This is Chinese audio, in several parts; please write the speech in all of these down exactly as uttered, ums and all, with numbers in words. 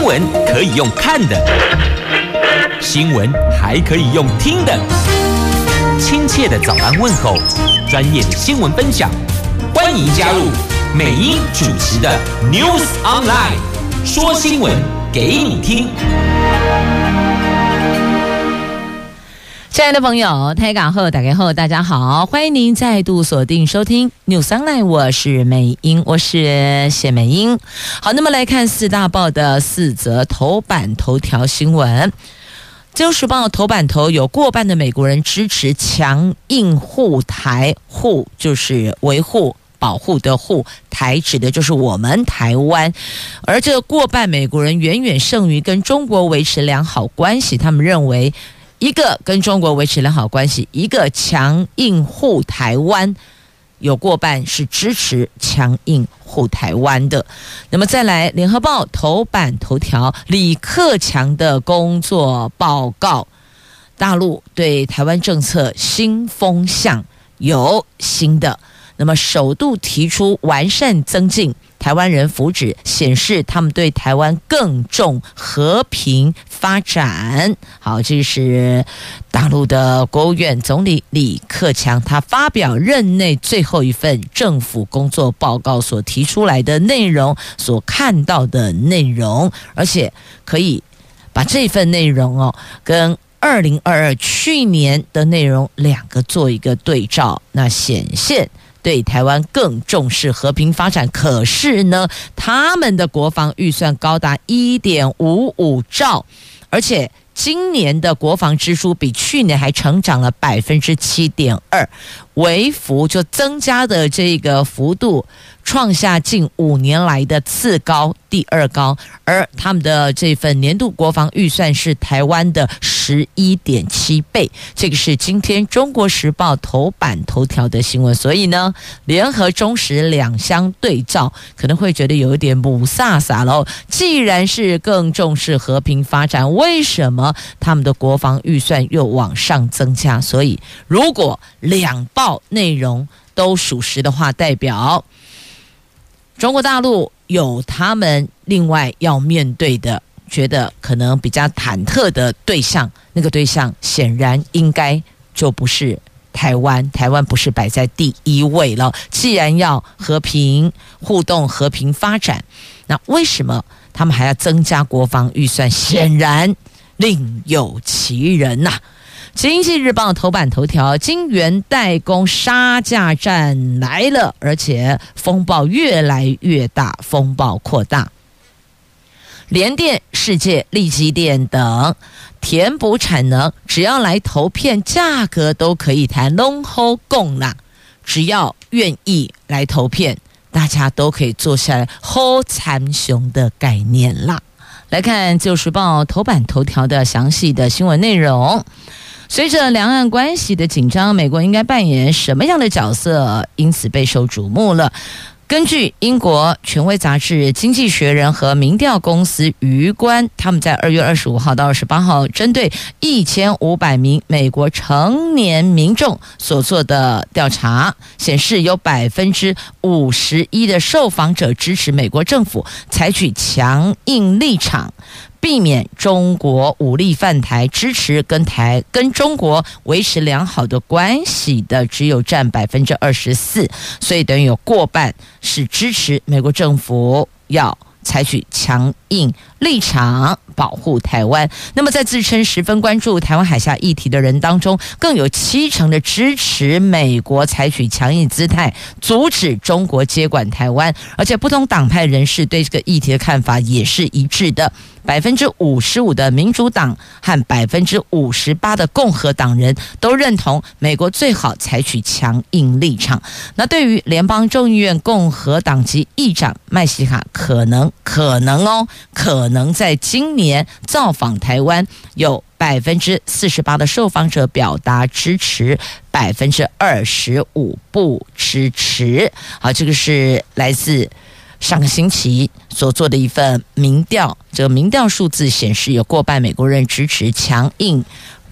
闻可以用看的，新闻还可以用听的。亲切的早安问候，专业的新闻分享，欢迎加入美英主持的 News Online， 说新闻给你听。 亲爱的朋友，台港后打开后，大家好，欢迎您再度锁定收听 News Online， 我是美英，我是谢美英。好，那么来看四大报的四则头版头条新闻。自由时报头版头有过半的美国人支持强硬护台，护就是维护保护的护，台指的就是我们台湾，而这过半美国人远远胜于跟中国维持良好关系，他们认为一个跟中国维持良好关系，一个强硬护台湾，有过半是支持强硬护台湾的。那么再来，联合报头版头条，李克强的工作报告，大陆对台湾政策新风向，有新的，那么首度提出完善增进台湾人福祉，显示他们对台湾更重和平发展。好，这是大陆的国务院总理李克强他发表任内最后一份政府工作报告所提出来的内容，所看到的内容，而且可以把这份内容哦跟二零二二去年的内容两个做一个对照，那显现对台湾更重视和平发展，可是呢，他们的国防预算高达 一点五五兆，而且今年的国防支出比去年还成长了 百分之七点二， 微幅就增加的这个幅度创下近五年来的次高，第二高，而他们的这份年度国防预算是台湾的 十一点七倍，这个是今天中国时报头版头条的新闻。所以呢，联合中时两相对照，可能会觉得有一点母萨萨咯，既然是更重视和平发展，为什么他们的国防预算又往上增加？所以如果两报内容都属实的话，代表中国大陆有他们另外要面对的，觉得可能比较忐忑的对象，那个对象显然应该就不是台湾，台湾不是摆在第一位了。既然要和平互动、和平发展，那为什么他们还要增加国防预算？显然另有其人呐、啊。经济日报头版头条，晶圆代工杀价战来了，而且风暴越来越大，风暴扩大。联电、世界、力积电等填补产能，只要来投片，价格都可以谈，拢好讲啦。只要愿意来投片，大家都可以坐下来好参雄的概念啦。来看自由时报头版头条的详细的新闻内容。随着两岸关系的紧张，美国应该扮演什么样的角色，因此备受瞩目了。根据英国权威杂志《经济学人》和民调公司余观，他们在二月二十五号到二十八号针对一千五百名美国成年民众所做的调查，显示有百分之五十一的受访者支持美国政府采取强硬立场，避免中国武力犯台，支持跟台跟中国维持良好的关系的只有占百分之二十四，所以等于有过半是支持美国政府要采取强硬立场保护台湾。那么在自称十分关注台湾海峡议题的人当中，更有七成的支持美国采取强硬姿态，阻止中国接管台湾，而且不同党派人士对这个议题的看法也是一致的。百分之五十五的民主党和百分之五十八的共和党人都认同美国最好采取强硬立场。那对于联邦众议院共和党籍议长麦西卡，可能可能哦，可能在今年造访台湾，有百分之四十八的受访者表达支持，百分之二十五不支持。好，这个是来自上个星期所做的一份民调，这个民调数字显示，有过半美国人支持强硬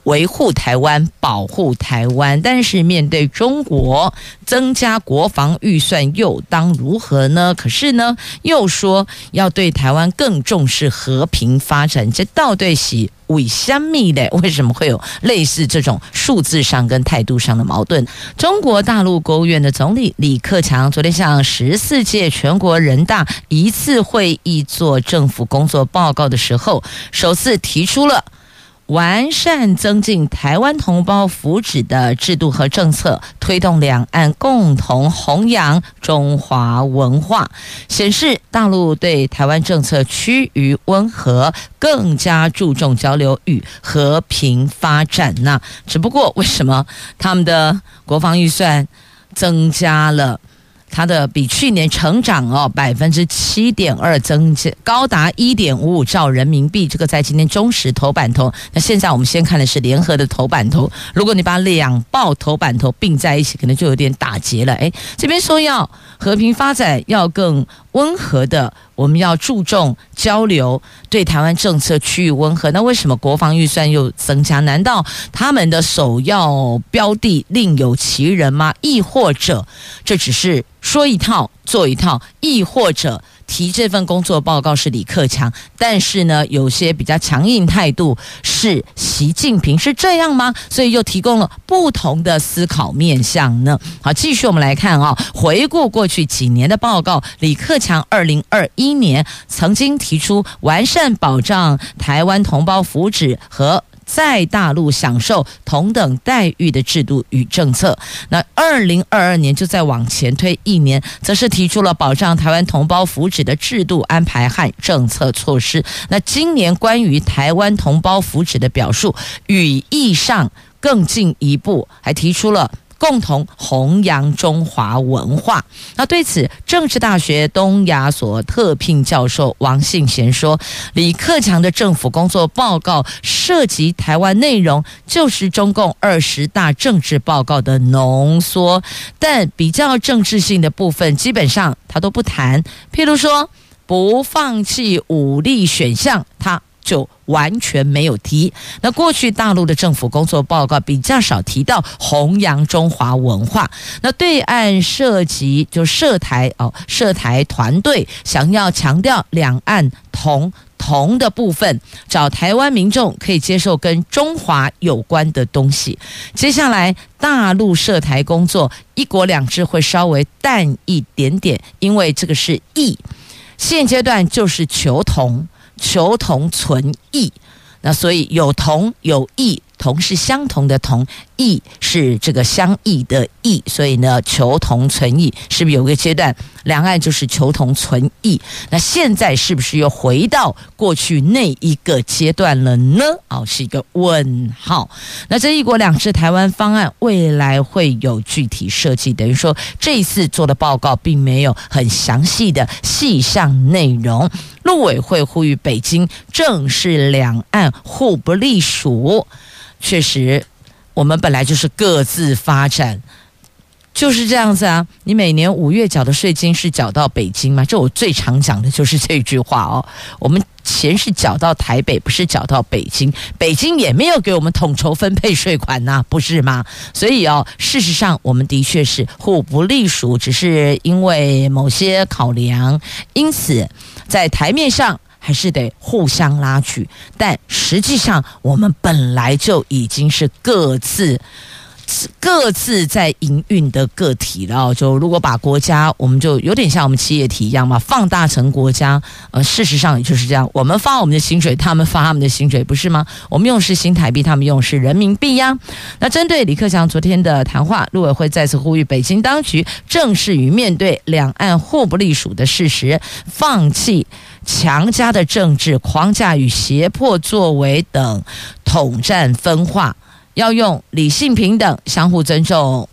维护台湾、保护台湾。但是面对中国增加国防预算，又当如何呢？可是呢，又说要对台湾更重视和平发展，这到底是为什么的？为什么会有类似这种数字上跟态度上的矛盾？中国大陆国务院的总理李克强昨天向十四届全国人大一次会议做政府工作报告的时候，首次提出了完善增进台湾同胞福祉的制度和政策，推动两岸共同弘扬中华文化，显示大陆对台湾政策趋于温和，更加注重交流与和平发展呢。只不过为什么他们的国防预算增加了？它的比去年成长哦百分之七点二，增加高达一点五五兆人民币。这个在今天中时头版头。那现在我们先看的是联合的头版头。如果你把两报头版头并在一起，可能就有点打结了。哎，这边说要和平发展，要更温和的，我们要注重交流，对台湾政策趋于温和。那为什么国防预算又增加？难道他们的首要标的另有其人吗？亦或者这只是说一套做一套，亦或者提这份工作报告是李克强，但是呢有些比较强硬态度是习近平，是这样吗？所以又提供了不同的思考面向呢。好，继续我们来看啊、哦，回顾过去几年的报告，李克强二零二一年曾经提出完善保障台湾同胞福祉和在大陆享受同等待遇的制度与政策。那二零二二年就再往前推一年，则是提出了保障台湾同胞福祉的制度安排和政策措施。那今年关于台湾同胞福祉的表述语义上更进一步，还提出了共同弘扬中华文化。那对此，政治大学东亚所特聘教授王信贤说，李克强的政府工作报告涉及台湾内容，就是中共二十大政治报告的浓缩，但比较政治性的部分基本上他都不谈，譬如说不放弃武力选项，他就完全没有提。那过去大陆的政府工作报告比较少提到弘扬中华文化。那对岸涉及就涉台哦，涉台团队想要强调两岸同同的部分，找台湾民众可以接受跟中华有关的东西。接下来大陆涉台工作一国两制会稍微淡一点点，因为这个是义，现阶段就是求同。求同存异，那所以有同有异，同是相同的同，异是这个相异的异，所以呢求同存异，是不是有个阶段两岸就是求同存异？那现在是不是又回到过去那一个阶段了呢？哦，是一个问号。那这一国两制台湾方案未来会有具体设计，等于说这一次做的报告并没有很详细的细项内容。陆委会呼吁北京正视两岸互不隶属，确实我们本来就是各自发展，就是这样子啊。你每年五月缴的税金是缴到北京吗？这我最常讲的就是这句话哦。我们钱是缴到台北，不是缴到北京，北京也没有给我们统筹分配税款呐、啊，不是吗？所以哦，事实上我们的确是互不隶属，只是因为某些考量，因此在台面上还是得互相拉锯，但实际上我们本来就已经是各自各自在营运的个体了。就如果把国家，我们就有点像我们企业体一样嘛，放大成国家，呃，事实上也就是这样，我们发我们的薪水，他们发他们的薪水，不是吗？我们用的是新台币，他们用的是人民币呀。那针对李克强昨天的谈话，陆委会再次呼吁北京当局正视与面对两岸互不隶属的事实，放弃强加的政治框架与胁迫作为等统战分化，要用理性、平等、相互尊重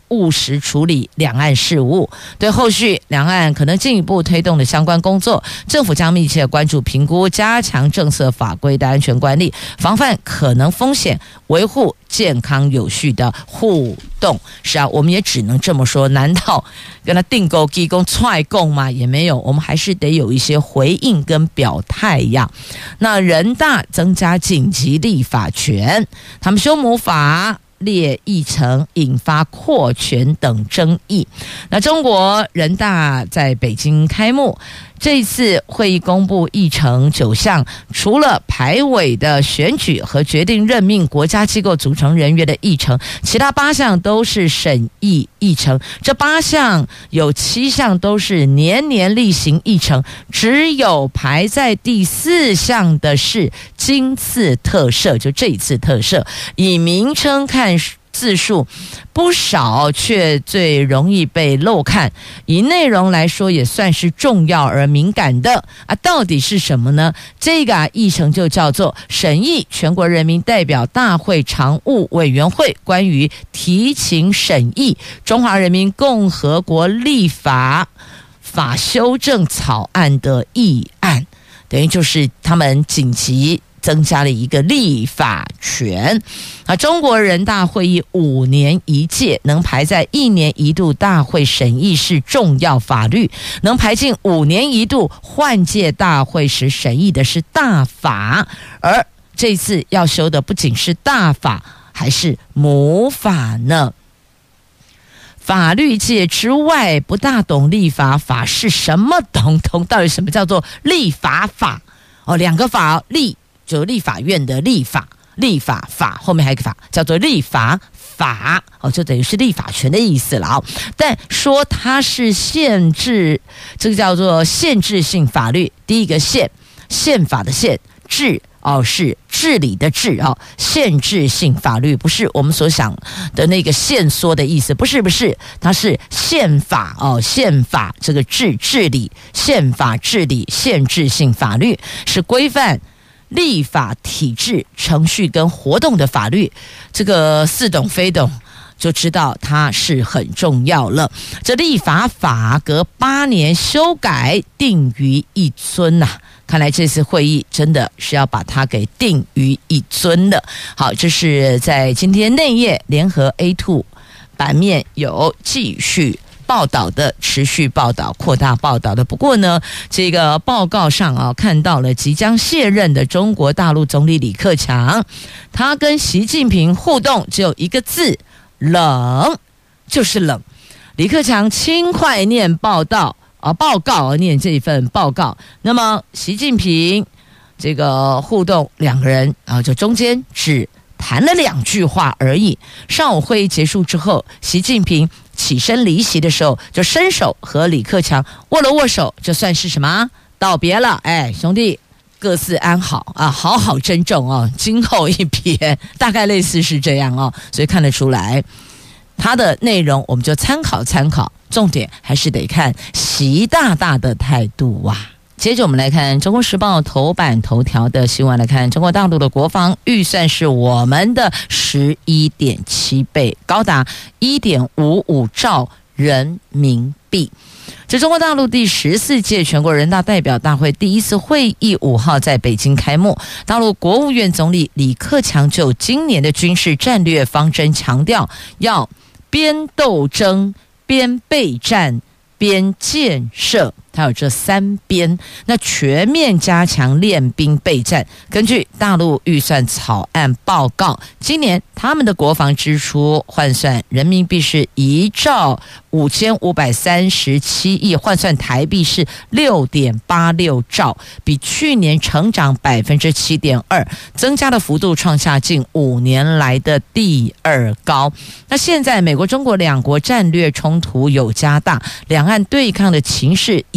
务实处理两岸事务，对后续两岸可能进一步推动的相关工作，政府将密切关注评估，加强政策法规的安全管理，防范可能风险，维护健康有序的互动。是啊，我们也只能这么说，难道跟他定勾机工踹供吗？也没有，我们还是得有一些回应跟表态呀。那人大增加紧急立法权，他们修母法列议程，引发扩权等争议。那中国人大在北京开幕，这一次会议公布议程九项，除了排委的选举和决定任命国家机构组成人员的议程，其他八项都是审议议程。这八项有七项都是年年例行议程，只有排在第四项的是今次特赦，就这一次特赦，以名称看字数不少，却最容易被漏看。以内容来说，也算是重要而敏感的啊，到底是什么呢？这个啊，议程就叫做审议全国人民代表大会常务委员会关于提请审议中华人民共和国立法法修正草案的议案，等于就是他们紧急增加了一个立法权啊！中国人大会议五年一届，能排在一年一度大会审议是重要法律，能排进五年一度换届大会时审议的是大法，而这次要修的不仅是大法，还是母法呢。法律界之外不大懂立法，法是什么东东？到底什么叫做立法法？哦，两个法，立就立法院的立法，立法法后面还有一个法叫做立法法，哦，就等于是立法权的意思了哦。但说它是限制，这个叫做限制性法律。第一个限，宪法的限，制哦是治理的治哦，限制性法律不是我们所想的那个限缩的意思，不是不是，它是宪法哦，宪法这个治治理，宪法治理限制性法律是规范立法体制、程序跟活动的法律，这个似懂非懂就知道它是很重要了。这立法法隔八年修改，定于一尊呐、啊。看来这次会议真的是要把它给定于一尊的。好，这是在今天内页联合 A 二 版面有继续报道的，持续报道，扩大报道的。不过呢，这个报告上啊，看到了即将卸任的中国大陆总理李克强，他跟习近平互动只有一个字，冷，就是冷。李克强轻快念报道啊，报告念这份报告。那么习近平这个互动，两个人啊，就中间只谈了两句话而已。上午会议结束之后，习近平起身离席的时候，就伸手和李克强握了握手，就算是什么道别了。哎，兄弟，各自安好啊，好好珍重哦，今后一别，大概类似是这样哦。所以看得出来，它的内容我们就参考参考，重点还是得看习大大的态度啊。接着我们来看《中国时报》头版头条的新闻，来看中国大陆的国防预算是我们的 十一点七倍，高达 一点五五兆人民币。这中国大陆第十四届全国人大代表大会第一次会议五号在北京开幕，大陆国务院总理李克强就今年的军事战略方针强调，要边斗争边备战边建设，它有这三边，那全面加强练兵备战。根据大陆预算草案报告，今年他们的国防支出换算人民币是一兆五千五百三十七亿，换算台币是六点八六兆，比去年成长百分之七点二，增加的幅度创下近五年来的第二高。那现在美国中国两国战略冲突有加大，两岸对抗的情势也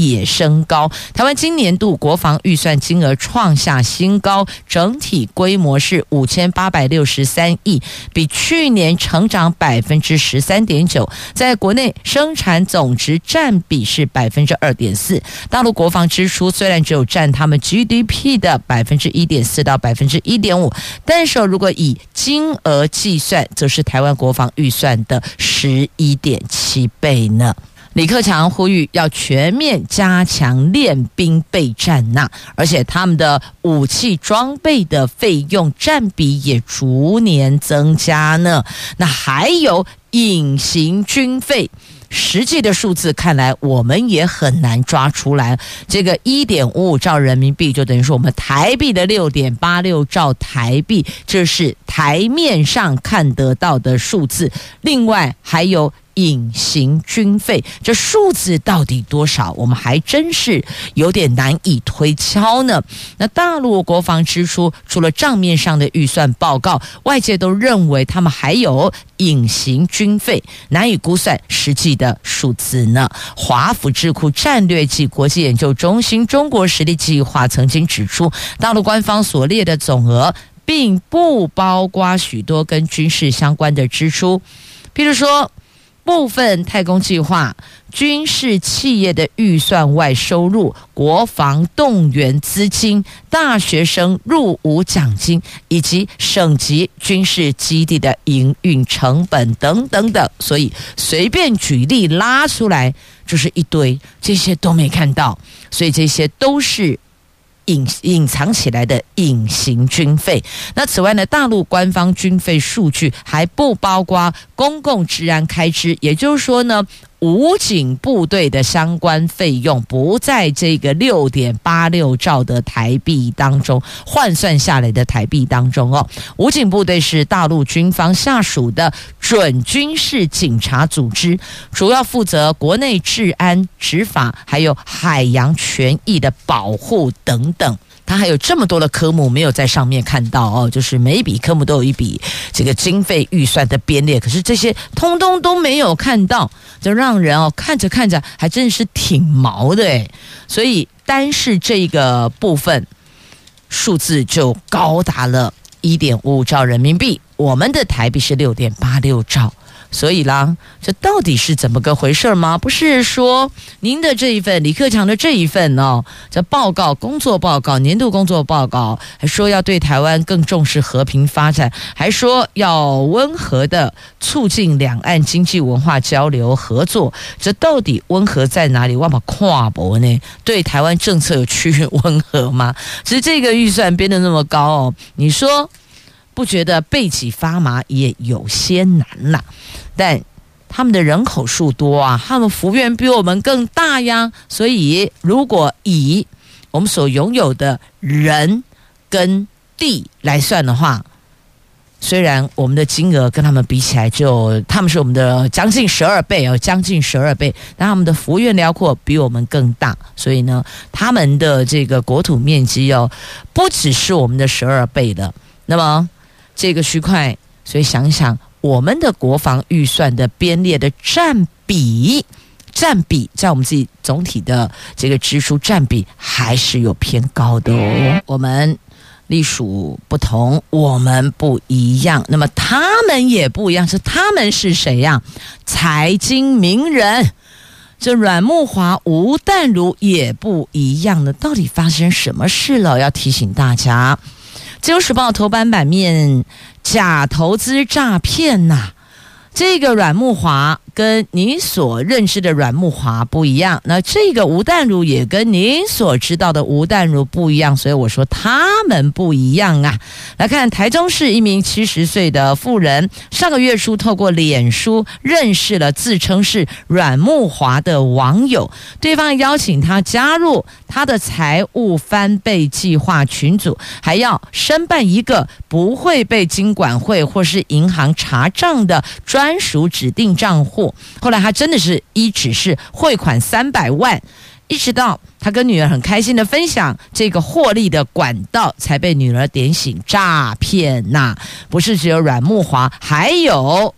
也升高。台湾今年度国防预算金额创下新高，整体规模是五千八百六十三亿，比去年成长百分之十三点九，在国内生产总值占比是百分之二点四。大陆国防支出虽然只有占他们 G D P 的百分之一点四到百分之一点五，但是如果以金额计算，则是台湾国防预算的十一点七倍呢。李克强呼吁要全面加强练兵备战呐，而且他们的武器装备的费用占比也逐年增加呢。那还有隐形军费，实际的数字看来我们也很难抓出来。这个 一点五五兆人民币就等于说我们台币的 六点八六兆台币，这是台面上看得到的数字。另外还有隐形军费，这数字到底多少，我们还真是有点难以推敲呢。那大陆国防支出除了账面上的预算报告，外界都认为他们还有隐形军费，难以估算实际的数字呢。华府智库战略暨国际研究中心中国实力计划曾经指出，大陆官方所列的总额并不包括许多跟军事相关的支出，譬如说部分太空计划、军事企业的预算外收入、国防动员资金、大学生入伍奖金，以及省级军事基地的营运成本等等等。所以随便举例拉出来就是一堆，这些都没看到，所以这些都是隐隐藏起来的隐形军费。那此外呢，大陆官方军费数据还不包括公共治安开支，也就是说呢，武警部队的相关费用不在这个 六点八六兆的台币当中，换算下来的台币当中哦。武警部队是大陆军方下属的准军事警察组织，主要负责国内治安、执法，还有海洋权益的保护等等。它还有这么多的科目没有在上面看到哦，就是每一笔科目都有一笔这个经费预算的编列，可是这些通通都没有看到，就让人哦看着看着还真是挺毛的诶。所以单是这个部分数字就高达了 一点五五兆人民币，我们的台币是 六点八六兆。所以啦，这到底是怎么个回事吗？不是说您的这一份李克强的这一份哦，这报告工作报告年度工作报告，还说要对台湾更重视和平发展，还说要温和的促进两岸经济文化交流合作，这到底温和在哪里？我把跨博呢？对台湾政策有趋于温和吗？其实这个预算编得那么高哦，你说不觉得背脊发麻也有些难啦？但他们的人口数多啊，他们幅员比我们更大呀，所以如果以我们所拥有的人跟地来算的话，虽然我们的金额跟他们比起来就他们是我们的将近十二倍哦，将近十二倍，但他们的幅员辽阔比我们更大，所以呢，他们的这个国土面积哦，不只是我们的十二倍了。那么这个区块，所以想想我们的国防预算的编列的占比，占比在我们自己总体的这个支出占比还是有偏高的哦。我们隶属不同，我们不一样，那么他们也不一样，是他们是谁呀？财经名人，这阮慕骅、吴淡如也不一样的，到底发生什么事了？要提醒大家，自由时报头版版面，假投资诈骗呐、啊！这个阮慕骅跟你所认知的阮慕骅不一样，那这个吴淡如也跟你所知道的吴淡如不一样，所以我说他们不一样啊。来看台中市一名七十岁的妇人，上个月初透过脸书认识了自称是阮慕骅的网友，对方邀请他加入他的财务翻倍计划群组，还要申办一个不会被金管会或是银行查账的专属指定账户。后来他真的是一指示汇款三百万，一直到他跟女儿很开心的分享这个获利的管道，才被女儿点醒诈骗呐、啊！不是只有阮慕骅，还有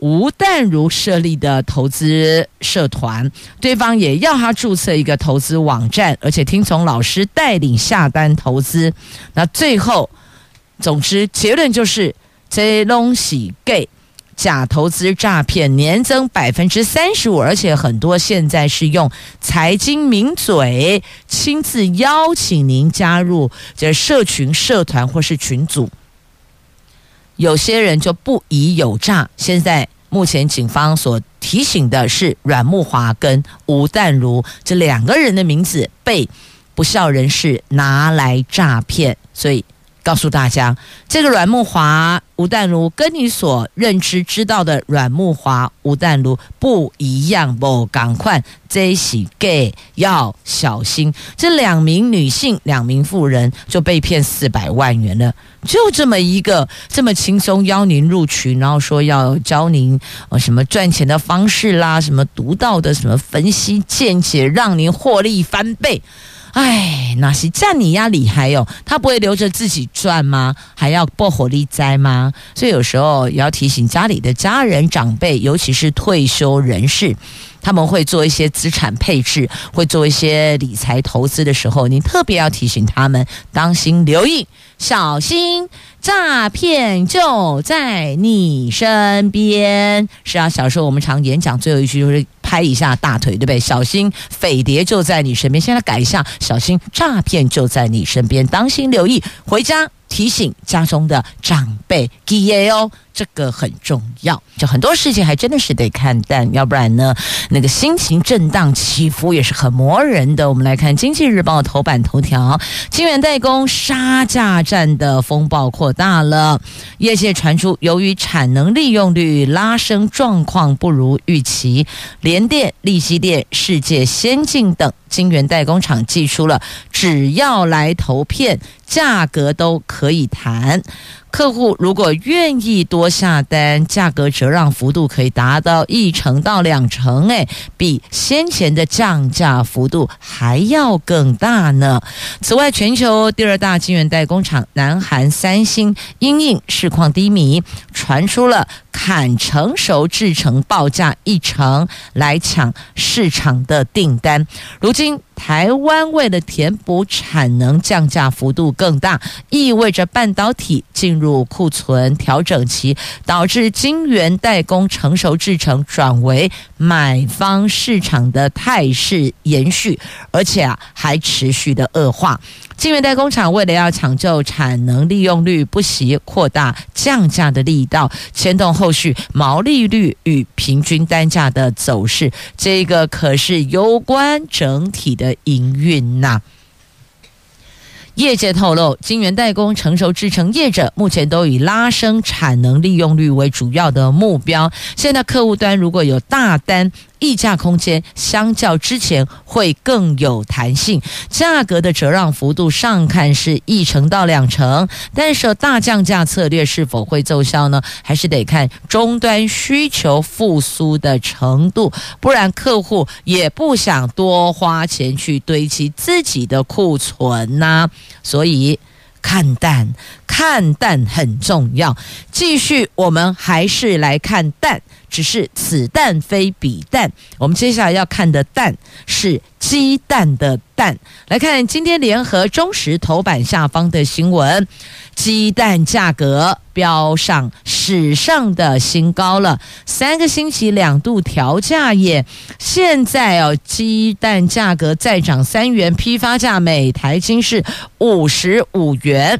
吴淡如设立的投资社团，对方也要他注册一个投资网站，而且听从老师带领下单投资。那最后，总之结论就是这东西给假投资诈骗年增百分之三十五，而且很多现在是用财经名嘴亲自邀请您加入这社群、社团或是群组。有些人就不疑有诈。现在目前警方所提醒的是阮慕华跟吴淡如这两个人的名字被不肖人士拿来诈骗，所以告诉大家，这个阮慕华、吴淡如跟你所认知知道的阮慕华、吴淡如不一样，不赶快，这是 gay， 要小心。这两名女性、两名妇人就被骗四百万元了，就这么一个这么轻松邀您入群，然后说要教您呃什么赚钱的方式啦，什么独到的什么分析见解，让您获利翻倍。哎，那是占你呀厉害哦，他不会留着自己赚吗？还要爆火力灾吗？所以有时候也要提醒家里的家人长辈，尤其是退休人士，他们会做一些资产配置，会做一些理财投资的时候，你特别要提醒他们当心留意，小心诈骗就在你身边。是啊，小时候我们常演讲最后一句就是拍一下大腿，对不对？小心匪谍就在你身边，现在改一下，小心诈骗就在你身边，当心留意，回家提醒家中的长辈记得哦，这个很重要。就很多事情还真的是得看淡，要不然呢，那个心情震荡起伏也是很磨人的。我们来看《经济日报》头版头条，晶圆代工杀价战的风暴扩大了，业界传出由于产能利用率拉升状况不如预期，联电、力积电、世界先进等晶圆代工厂祭出了只要来投片，价格都可以谈。客户如果愿意多下单，价格折让幅度可以达到一成到两成，哎，比先前的降价幅度还要更大呢。此外，全球第二大晶圆代工厂南韩三星因应市况低迷，传出了砍成熟制程报价一成来抢市场的订单。如今台湾为了填补产能，降价幅度更大，意味着半导体进入库存调整期，导致晶圆代工成熟制程转为买方市场的态势延续，而且啊还持续的恶化。晶圆代工厂为了要抢救产能利用率，不惜扩大降价的力道，牵动后续毛利率与平均单价的走势，这个可是攸关整体的营运呐、啊。业界透露，晶圆代工成熟制程业者目前都以拉升产能利用率为主要的目标。现在客户端如果有大单，溢价空间相较之前会更有弹性，价格的折让幅度上看是一成到两成，但是大降价策略是否会奏效呢？还是得看终端需求复苏的程度，不然客户也不想多花钱去堆积自己的库存呐、啊。所以看淡，看淡很重要。继续，我们还是来看淡，只是此淡非彼淡。我们接下来要看的淡是鸡蛋的蛋。来看今天联合中时头版下方的新闻，鸡蛋价格飙上史上的新高了，三个星期两度调价耶。现在哦，鸡蛋价格再涨三元，批发价每台斤是五十五元。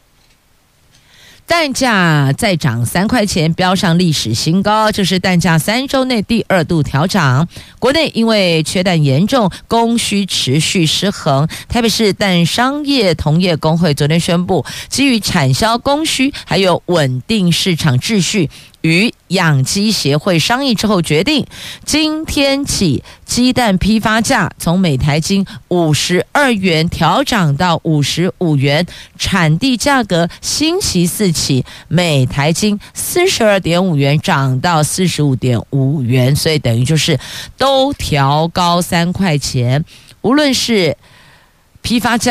蛋价再涨三块钱，飙上历史新高，这是蛋价三周内第二度调涨。国内因为缺蛋严重，供需持续失衡。台北市蛋商业同业工会昨天宣布，基于产销供需还有稳定市场秩序，与养鸡协会商议之后决定，今天起鸡蛋批发价从每台斤五十二元调涨到五十五元，产地价格星期四起每台斤四十二点五元涨到四十五点五元，所以等于就是都调高三块钱。无论是批发价、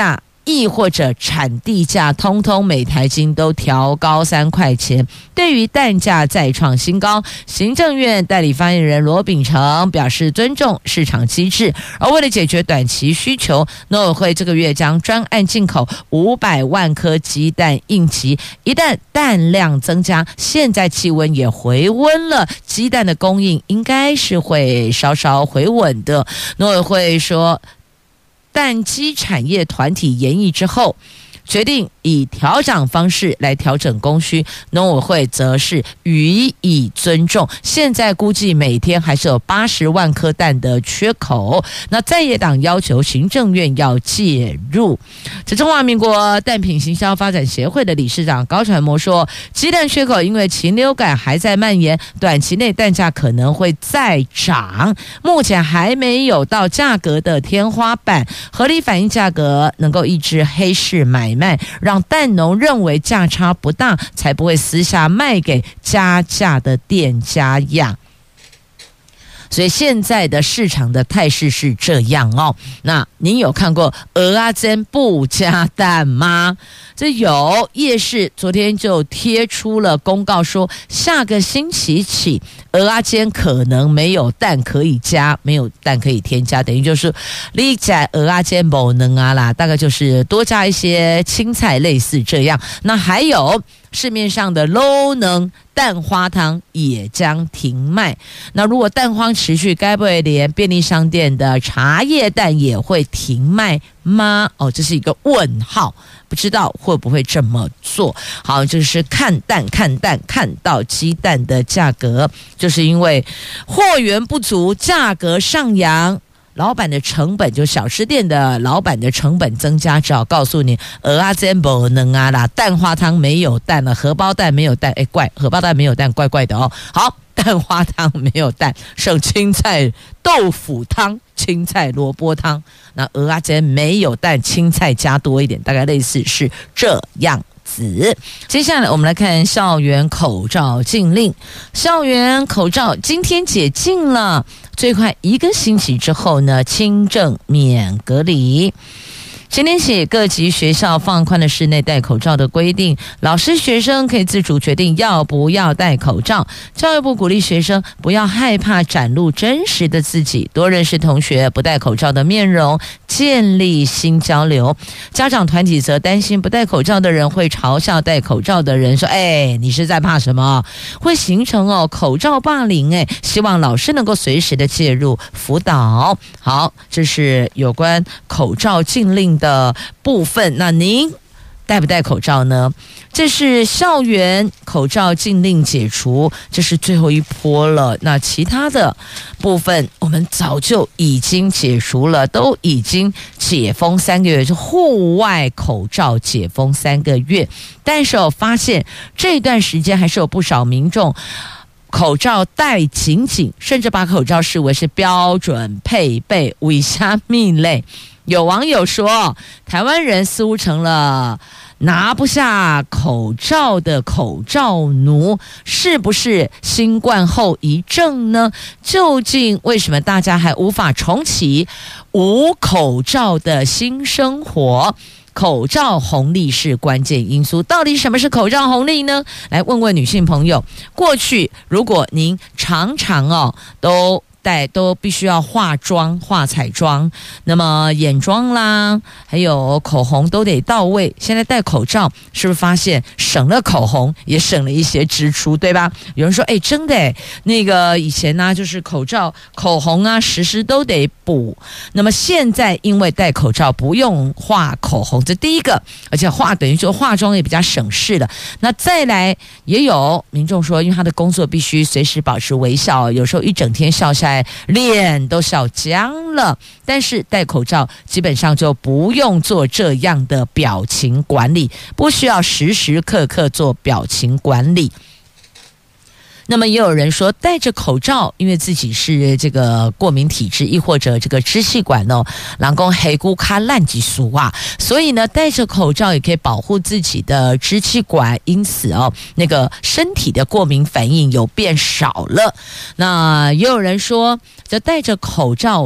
亦或者产地价，通通每台斤都调高三块钱。对于蛋价再创新高，行政院代理发言人罗秉成表示尊重市场机制，而为了解决短期需求，农委会这个月将专案进口五百万颗鸡蛋应急，一旦蛋量增加，现在气温也回温了，鸡蛋的供应应该是会稍稍回稳的。农委会说，蛋鸡产业团体研议之后，决定以调涨方式来调整供需，农委会则是予以尊重。现在估计每天还是有八十万颗蛋的缺口，那在野党要求行政院要介入。这中华民国蛋品行销发展协会的理事长高传模说，鸡蛋缺口因为禽流感还在蔓延，短期内蛋价可能会再涨，目前还没有到价格的天花板，合理反映价格，能够抑制黑市买卖，让蛋农认为价差不大，才不会私下卖给加价的店家呀。所以现在的市场的态势是这样哦。那您有看过蚵仔煎不加蛋吗？这有，夜市昨天就贴出了公告说，下个星期起蚵仔煎可能没有蛋可以加，没有蛋可以添加，等于就是你在蚵仔煎不能啊啦，大概就是多加一些青菜，类似这样。那还有市面上的 low 能蛋花汤也将停卖。那如果蛋荒持续，该不会连便利商店的茶叶蛋也会停卖吗？哦，这是一个问号，不知道会不会这么做。好，就是看蛋看蛋看到鸡蛋的价格，就是因为货源不足，价格上扬，老板的成本，就小吃店的老板的成本增加，只好告诉你蚵仔煎不能啊啦，蛋花汤没有蛋了，荷包蛋没有蛋，哎怪，荷包蛋没有蛋，怪怪的哦。好，蛋花汤没有蛋，剩青菜豆腐汤、青菜萝卜汤。那蚵仔煎没有蛋，青菜加多一点，大概类似是这样。接下来我们来看校园口罩禁令。校园口罩今天解禁了，最快一个星期之后呢，轻症免隔离。今天起，各级学校放宽了室内戴口罩的规定，老师、学生可以自主决定要不要戴口罩。教育部鼓励学生不要害怕展露真实的自己，多认识同学不戴口罩的面容，建立新交流。家长团体则担心不戴口罩的人会嘲笑戴口罩的人，说：“哎，你是在怕什么？”会形成哦口罩霸凌。哎，希望老师能够随时的介入辅导。好，这是有关口罩禁令的部分。那您戴不戴口罩呢？这是校园口罩禁令解除，这是最后一波了。那其他的部分我们早就已经解除了，都已经解封三个月，就户外口罩解封三个月。但是我发现这段时间还是有不少民众口罩戴紧紧，甚至把口罩视为是标准配备。为什么嘞？有网友说，台湾人似乎成了拿不下口罩的口罩奴，是不是新冠后遗症呢？究竟为什么大家还无法重启无口罩的新生活？口罩红利是关键因素，到底什么是口罩红利呢？来问问女性朋友，过去如果您常常哦都戴都必须要化妆化彩妆，那么眼妆啦还有口红都得到位，现在戴口罩是不是发现省了口红也省了一些支出，对吧？有人说哎真的哎，那个以前呢、啊、就是口罩口红啊时时都得补，那么现在因为戴口罩不用画口红，这第一个，而且化等于说化妆也比较省事了。那再来也有民众说，因为他的工作必须随时保持微笑，有时候一整天笑下来脸都笑僵了，但是戴口罩基本上就不用做这样的表情管理，不需要时时刻刻做表情管理。那么也有人说戴着口罩，因为自己是这个过敏体质，亦或者这个支气管哦，人说黑骨卡烂几俗啊，所以呢戴着口罩也可以保护自己的支气管，因此哦那个身体的过敏反应有变少了。那也有人说，就戴着口罩我就扮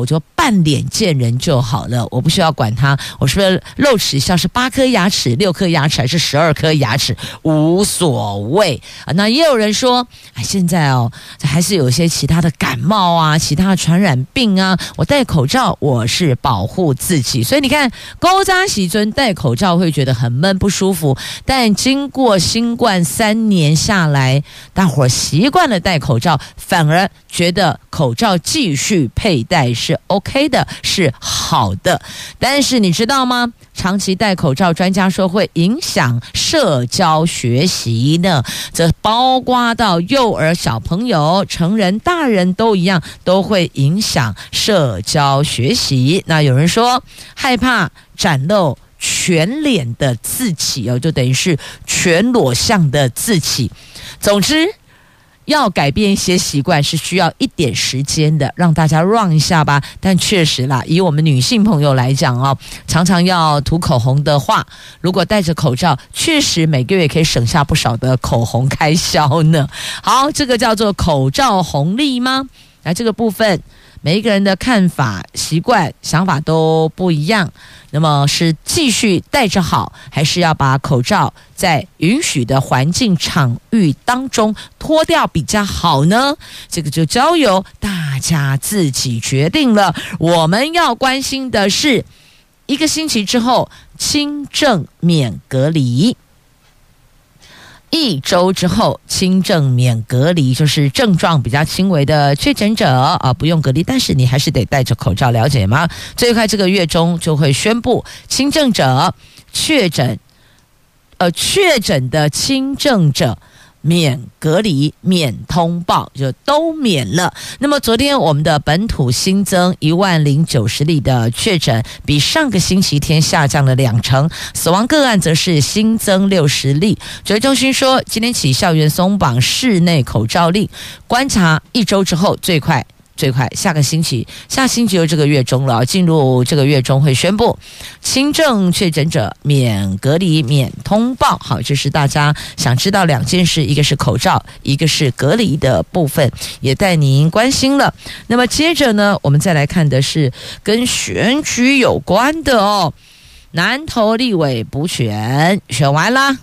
扮脸见人就好了，我不需要管他我是不是露齿笑是八颗牙齿、六颗牙齿还是十二颗牙齿，无所谓啊。那也有人说，哎，现在哦还是有一些其他的感冒啊、其他的传染病啊，我戴口罩我是保护自己。所以你看，高扎喜尊戴口罩会觉得很闷不舒服，但经过新冠三年下来，大伙习惯了戴口罩，反而觉得口罩继续佩戴是 OK 的，是好的。但是你知道吗？长期戴口罩，专家说会影响社交学习呢。这包括到幼儿、小朋友、成人、大人都一样，都会影响社交学习。那有人说害怕展露全脸的自己哦，就等于是全裸相的自己。总之，要改变一些习惯是需要一点时间的，让大家 run 一下吧。但确实啦，以我们女性朋友来讲哦，常常要涂口红的话，如果戴着口罩，确实每个月可以省下不少的口红开销呢。好，这个叫做口罩红利吗？那这个部分每一个人的看法、习惯、想法都不一样。那么是继续戴着好，还是要把口罩在允许的环境场域当中脱掉比较好呢？这个就交由大家自己决定了。我们要关心的是，一个星期之后轻症免隔离，一周之后轻症免隔离，就是症状比较轻微的确诊者啊，不用隔离，但是你还是得戴着口罩，了解吗？最快这个月中就会宣布轻症者确诊，呃，确诊的轻症者免隔离、免通报，就都免了。那么昨天我们的本土新增一万零九十例的确诊，比上个星期天下降了两成，死亡个案则是新增六十例。指挥中心说，今天起校园松绑室内口罩令，观察一周之后，最快最快下个星期，下星期就这个月中了，进入这个月中会宣布轻症确诊者免隔离、免通报。好，这是大家想知道两件事，一个是口罩，一个是隔离的部分，也带您关心了。那么接着呢，我们再来看的是跟选举有关的哦。南投立委补选选完啦，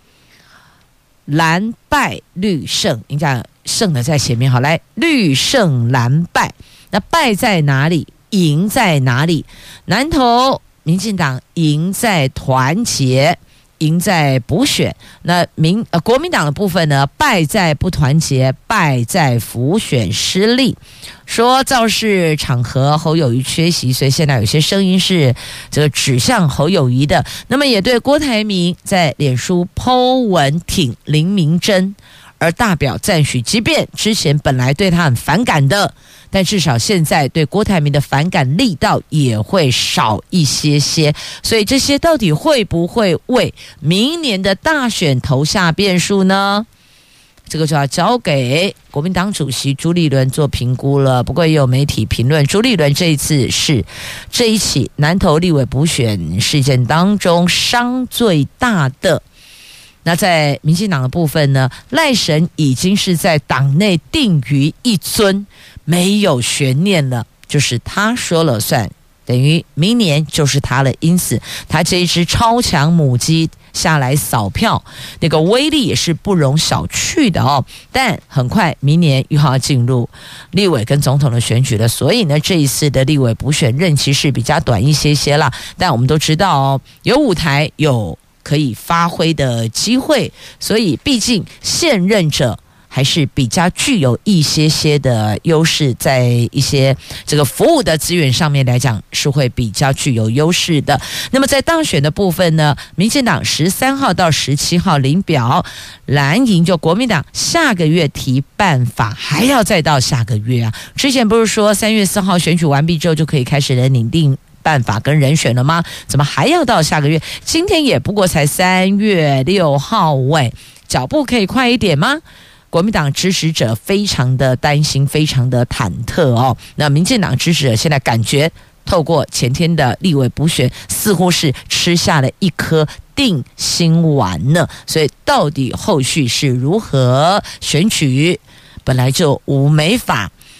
蓝败绿胜，应该胜的在前面。好，来，绿胜蓝败，那败在哪里？赢在哪里？南投民进党赢在团结，赢在补选。那民呃国民党的部分呢，败在不团结，败在辅选失利。说造势场合侯友宜缺席，所以现在有些声音是这个指向侯友宜的。那么也对郭台铭在脸书 po 文挺林明珍而大表赞许，即便之前本来对他很反感的，但至少现在对郭台铭的反感力道也会少一些些。所以这些到底会不会为明年的大选投下变数呢？这个就要交给国民党主席朱立伦做评估了。不过也有媒体评论，朱立伦这一次是这一起南投立委补选事件当中伤最大的。那在民进党的部分呢，赖神已经是在党内定于一尊，没有悬念了，就是他说了算，等于明年就是他了。因此他这一只超强母鸡下来扫票，那个威力也是不容小觑的哦。但很快明年又要进入立委跟总统的选举了，所以呢，这一次的立委补选任期是比较短一些些啦。但我们都知道哦，有舞台，有可以发挥的机会，所以毕竟现任者还是比较具有一些些的优势，在一些这个服务的资源上面来讲是会比较具有优势的。那么在当选的部分呢，民进党十三号到十七号领表，蓝营就国民党下个月提办法，还要再到下个月啊。之前不是说三月四号选举完毕之后就可以开始来拟定办法跟人选了吗？怎么还要到下个月？今天也不过才三月六号喂，脚步可以快一点吗？国民党支持者非常的担心，非常的忐忑哦。那民进党支持者现在感觉透过前天的立委补选，似乎是吃下了一颗定心丸呢。所以到底后续是如何选举，本来就无没法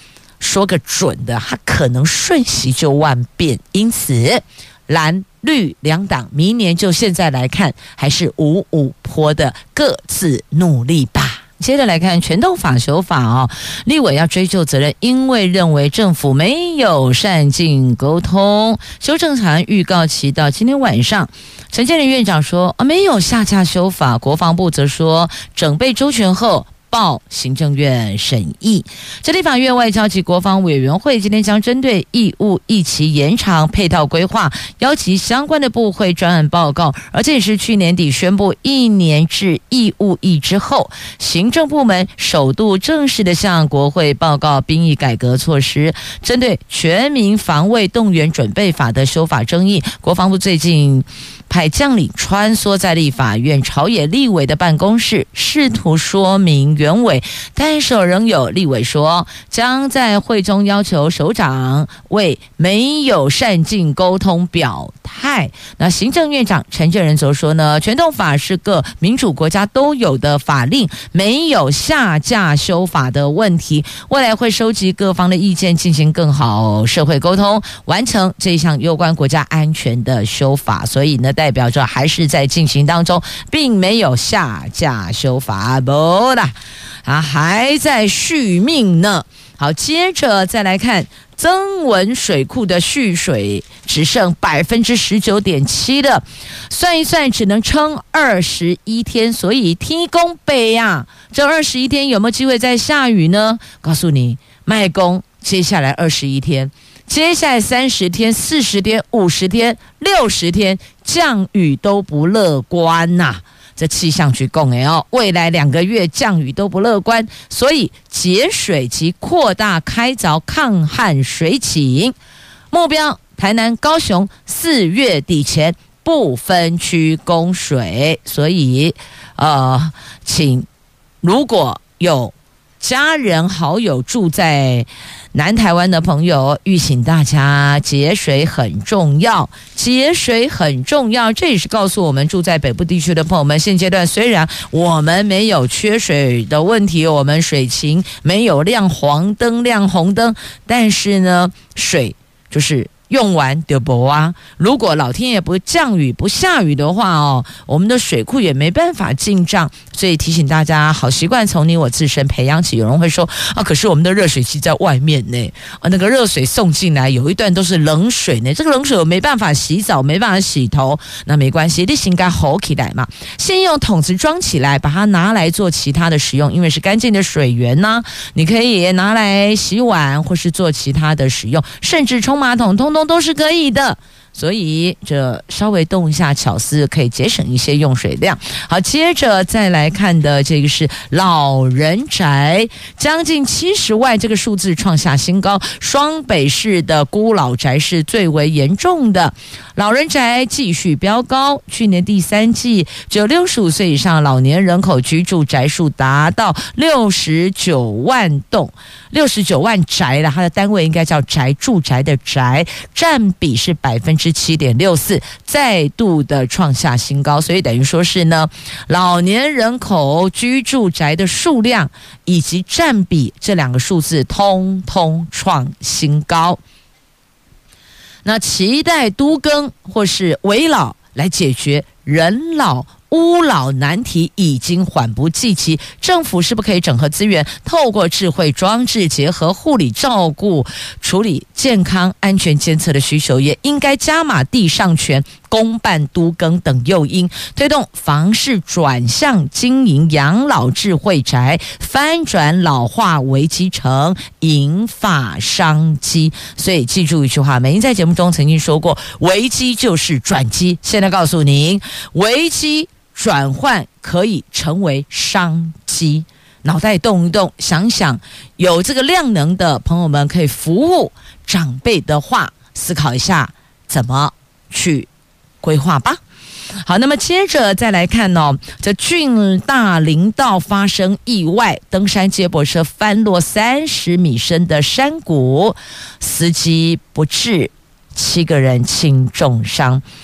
说个准的，它可能瞬息就万变，因此蓝绿两党明年就现在来看，还是五五波的各自努力吧。接着来看全动法修法哦，立委要追究责任，因为认为政府没有善尽沟通。修正草案预告期到今天晚上，陈建仁院长说、啊、没有下架修法，国防部则说整备周全后报行政院审议。这立法院外交及国防委员会今天将针对义务役期延长配套规划，邀集相关的部会专案报告，而这也是去年底宣布一年制义务役之后，行政部门首度正式的向国会报告兵役改革措施。针对全民防卫动员准备法的修法争议，国防部最近派将领穿梭在立法院朝野立委的办公室，试图说明原委，但是仍有立委说将在会中要求首长为没有善尽沟通表态。那行政院长陈建仁则说呢，全动法是个民主国家都有的法令，没有下架修法的问题，未来会收集各方的意见，进行更好社会沟通，完成这项有关国家安全的修法。所以呢，代表着还是在进行当中，并没有下架修法，不啦啊，还在续命呢。好，接着再来看曾文水库的蓄水只剩百分之十九点七了，算一算只能撑二十一天，所以天公北呀，这二十一天有没有机会再下雨呢？告诉你，卖公接下来二十一天。接下来三十天、四十天、五十天、六十天，降雨都不乐观呐、啊。这气象局讲的哦，未来两个月降雨都不乐观，所以节水及扩大开凿抗旱水井目标，台南、高雄四月底前不分区供水。所以，呃，请如果有家人好友住在南台湾的朋友，预请大家节水很重要，节水很重要。这也是告诉我们住在北部地区的朋友们，现阶段虽然我们没有缺水的问题，我们水情没有亮黄灯亮红灯，但是呢，水就是用完就没啊！如果老天爷不降雨不下雨的话哦，我们的水库也没办法进账。所以提醒大家，好习惯从你我自身培养起。有人会说啊，可是我们的热水器在外面呢，啊，那个热水送进来有一段都是冷水呢，这个冷水我没办法洗澡，没办法洗头，那没关系，你先给它吼起来嘛，先用桶子装起来，把它拿来做其他的使用，因为是干净的水源呢、啊，你可以拿来洗碗或是做其他的使用，甚至冲马桶，通通都是可以的。所以这稍微动一下巧思，可以节省一些用水量。好，接着再来看的这个是老人宅，将近七十万，这个数字创下新高。双北市的孤老宅是最为严重的，老人宅继续飙高。去年第三季，只有六十五岁以上老年人口居住宅数达到六十九万栋，六十九万宅了，它的单位应该叫宅，住宅的宅，占比是百分之七点六四，再度的创下新高。所以等于说是呢，老年人口居住宅的数量以及占比这两个数字通通创新高。那期待都更或是危老来解决人老屋老难题已经缓不济急，政府是不是可以整合资源，透过智慧装置结合护理照顾，处理健康安全监测的需求，也应该加码地上权、公办都更等诱因，推动房市转向经营养老智慧宅，翻转老化危机成银发商机。所以记住一句话，美英在节目中曾经说过，危机就是转机。现在告诉您，危机转换可以成为商机，脑袋动一动，想想有这个量能的朋友们可以服务长辈的话，思考一下怎么去规划吧。好，那么接着再来看哦，这郡大林道发生意外，登山接驳车翻落三十米深的山谷，司机不治，七个人轻重伤。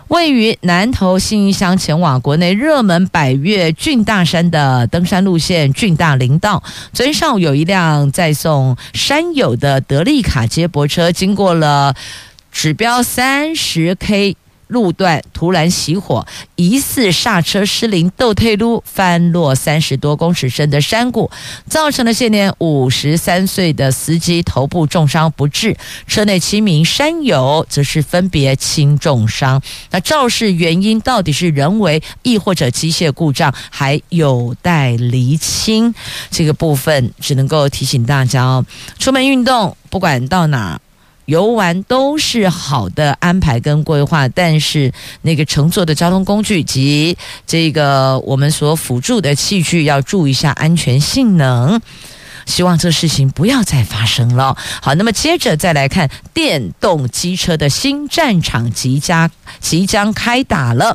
位于南投信义乡前往国内热门百岳郡大山的登山路线郡大林道，昨天上午有一辆载送山友的德利卡接驳车经过了指标三十 K路段突然熄火，疑似刹车失灵倒退路翻落三十多公尺深的山谷，造成了现年五十三岁的司机头部重伤不治，车内七名山友则是分别轻重伤。那肇事原因到底是人为亦或者机械故障，还有待厘清。这个部分只能够提醒大家哦，出门运动不管到哪游玩都是好的安排跟规划，但是那个乘坐的交通工具及这个我们所辅助的器具要注意一下安全性能，希望这事情不要再发生了。好，那么接着再来看电动机车的新战场即将即将开打了。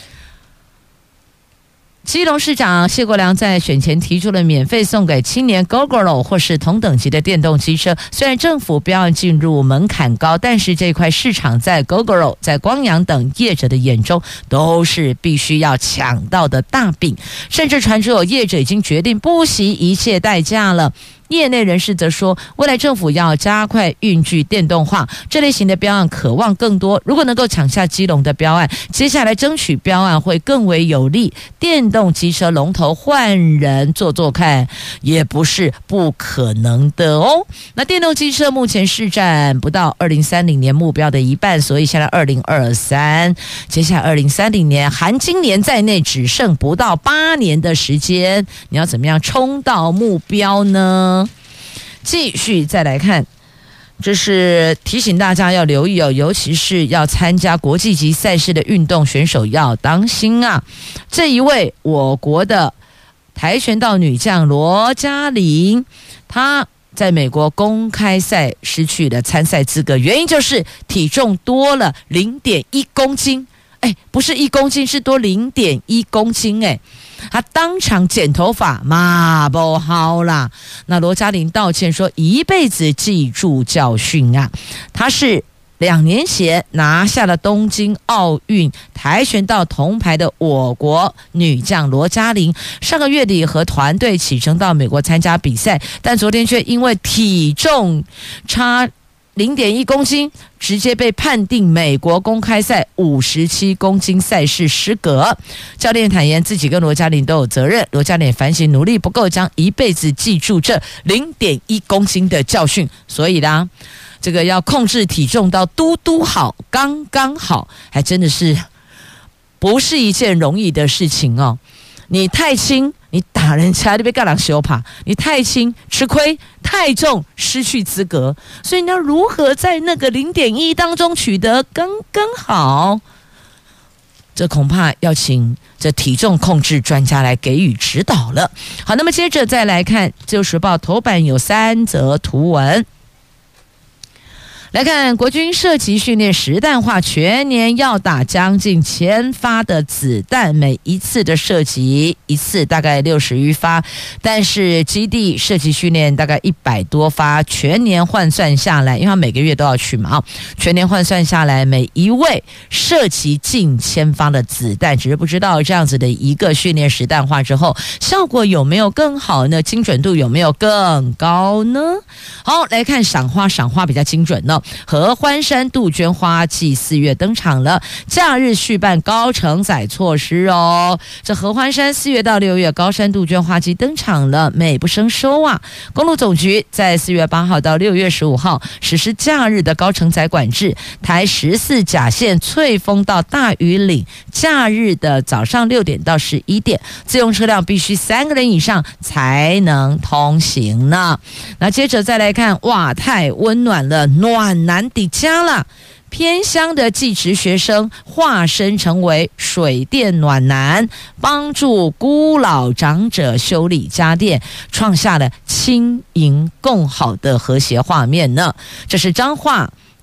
基隆市长谢国良在选前提出了免费送给青年 Gogoro 或是同等级的电动机车，虽然政府标案进入门槛高，但是这块市场在 Gogoro 在光阳等业者的眼中都是必须要抢到的大饼，甚至传出有业者已经决定不惜一切代价了。业内人士则说，未来政府要加快运具电动化，这类型的标案渴望更多，如果能够抢下基隆的标案，接下来争取标案会更为有利，电动机车龙头换人做做看也不是不可能的哦。那电动机车目前市占不到二零三零年目标的一半，所以现在二零二三，接下来二零三零年含今年在内只剩不到八年的时间，你要怎么样冲到目标呢？继续再来看，这是提醒大家要留意哦，尤其是要参加国际级赛事的运动选手要当心啊。这一位我国的跆拳道女将罗嘉玲，她在美国公开赛失去了参赛资格，原因就是体重多了 零点一公斤，哎，不是一公斤，是多 零点一公斤，哎，他当场剪头发，嘛不好啦。那罗嘉玲道歉说，一辈子记住教训啊。他是两年前拿下了东京奥运跆拳道铜牌的我国女将罗嘉玲，上个月底和团队启程到美国参加比赛，但昨天却因为体重差零点一公斤，直接被判定美国公开赛五十七公斤赛事失格。教练坦言自己跟罗嘉玲都有责任，罗嘉玲反省努力不够，将一辈子记住这零点一公斤的教训。所以啦，这个要控制体重到嘟嘟好，刚刚好，还真的是不是一件容易的事情哦。你太轻，你打人家你被干人羞怕；你太轻吃亏，太重失去资格。所以你要如何在那个零点一当中取得刚刚好？这恐怕要请这体重控制专家来给予指导了。好，那么接着再来看《自由时报》头版有三则图文。来看国军射击训练实弹化，全年要打将近千发的子弹，每一次的射击一次大概六十余发，但是基地射击训练大概一百多发，全年换算下来，因为他每个月都要去嘛，全年换算下来，每一位射击近千发的子弹，只是不知道这样子的一个训练实弹化之后，效果有没有更好呢？精准度有没有更高呢？好，来看赏花，赏花比较精准呢。合欢山杜鹃花季四月登场了，假日续办高承载措施哦。这合欢山四月到六月高山杜鹃花季登场了，美不胜收啊！公路总局在四月八号到六月十五号实施假日的高承载管制，台十四甲线翠峰到大屿岭，假日的早上六点到十一点，自用车辆必须三个人以上才能通行呢。那接着再来看，哇，太温暖了，暖男底家了。偏乡的技职学生化身成为水电暖男，帮助孤老长者修理家电，创下了亲邻共好的和谐画面呢。这是彰化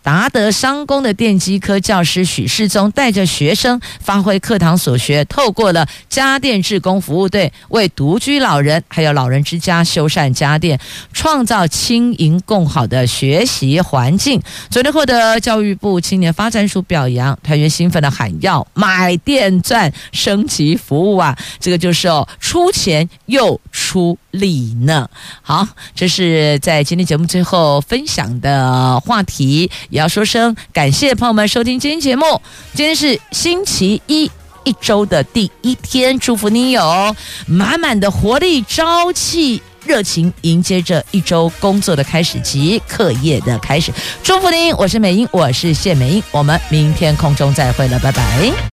达德商工的电机科教师许世宗带着学生发挥课堂所学，透过了家电志工服务队，为独居老人还有老人之家修缮家电，创造轻盈共好的学习环境。昨天获得教育部青年发展署表扬，团员兴奋的喊要买电赚升级服务啊！这个就是哦，出钱又出力呢。好，这是在今天节目最后分享的话题，也要说声感谢朋友们收听今天节目。今天是星期一，一周的第一天，祝福你有满满的活力、朝气、热情，迎接着一周工作的开始及课业的开始。祝福您，我是美英，我是谢美英，我们明天空中再会了，拜拜。